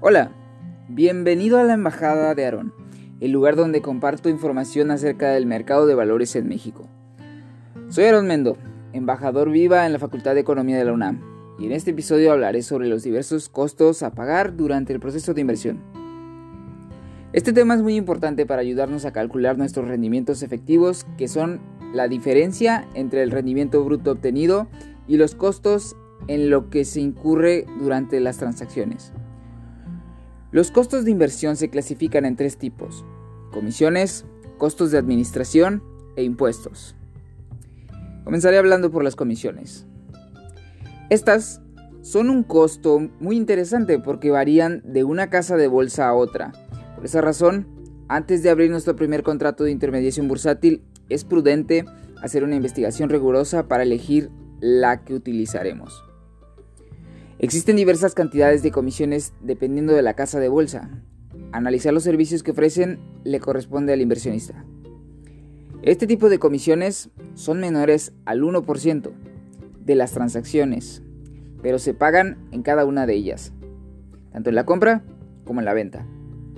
Hola, bienvenido a la Embajada de Aarón, el lugar donde comparto información acerca del mercado de valores en México. Soy Aarón Mendo, embajador viva en la Facultad de Economía de la UNAM, y en este episodio hablaré sobre los diversos costos a pagar durante el proceso de inversión. Este tema es muy importante para ayudarnos a calcular nuestros rendimientos efectivos, que son la diferencia entre el rendimiento bruto obtenido y los costos en lo que se incurre durante las transacciones. Los costos de inversión se clasifican en tres tipos: comisiones, costos de administración e impuestos. Comenzaré hablando por las comisiones. Estas son un costo muy interesante porque varían de una casa de bolsa a otra. Por esa razón, antes de abrir nuestro primer contrato de intermediación bursátil, es prudente hacer una investigación rigurosa para elegir la que utilizaremos. Existen diversas cantidades de comisiones dependiendo de la casa de bolsa. Analizar los servicios que ofrecen le corresponde al inversionista. Este tipo de comisiones son menores al 1% de las transacciones, pero se pagan en cada una de ellas, tanto en la compra como en la venta.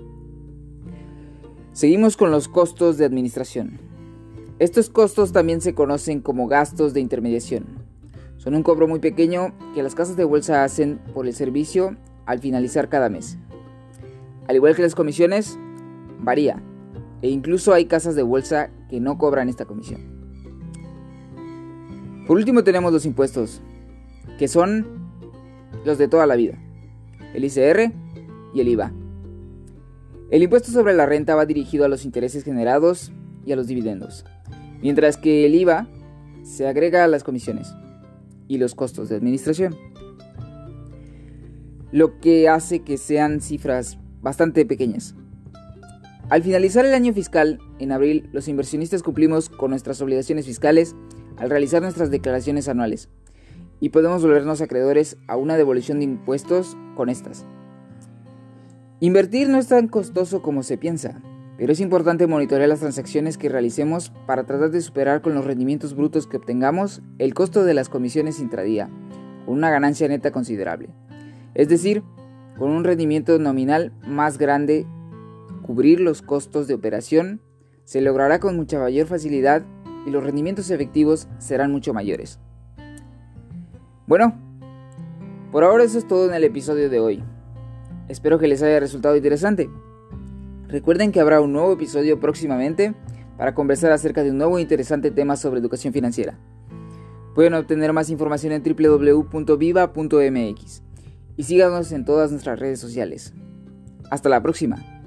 Seguimos con los costos de administración. Estos costos también se conocen como gastos de intermediación. Son un cobro muy pequeño que las casas de bolsa hacen por el servicio al finalizar cada mes. Al igual que las comisiones, varía, e incluso hay casas de bolsa que no cobran esta comisión. Por último tenemos los impuestos, que son los de toda la vida: el ICR y el IVA. El impuesto sobre la renta va dirigido a los intereses generados y a los dividendos, mientras que el IVA se agrega a las comisiones y los costos de administración, lo que hace que sean cifras bastante pequeñas. Al finalizar el año fiscal, en abril, los inversionistas cumplimos con nuestras obligaciones fiscales al realizar nuestras declaraciones anuales, y podemos volvernos acreedores a una devolución de impuestos con estas. Invertir no es tan costoso como se piensa, pero es importante monitorear las transacciones que realicemos para tratar de superar con los rendimientos brutos que obtengamos el costo de las comisiones intradía, con una ganancia neta considerable. Es decir, con un rendimiento nominal más grande, cubrir los costos de operación se logrará con mucha mayor facilidad y los rendimientos efectivos serán mucho mayores. Bueno, por ahora eso es todo en el episodio de hoy. Espero que les haya resultado interesante. Recuerden que habrá un nuevo episodio próximamente para conversar acerca de un nuevo e interesante tema sobre educación financiera. Pueden obtener más información en www.viva.mx y síganos en todas nuestras redes sociales. Hasta la próxima.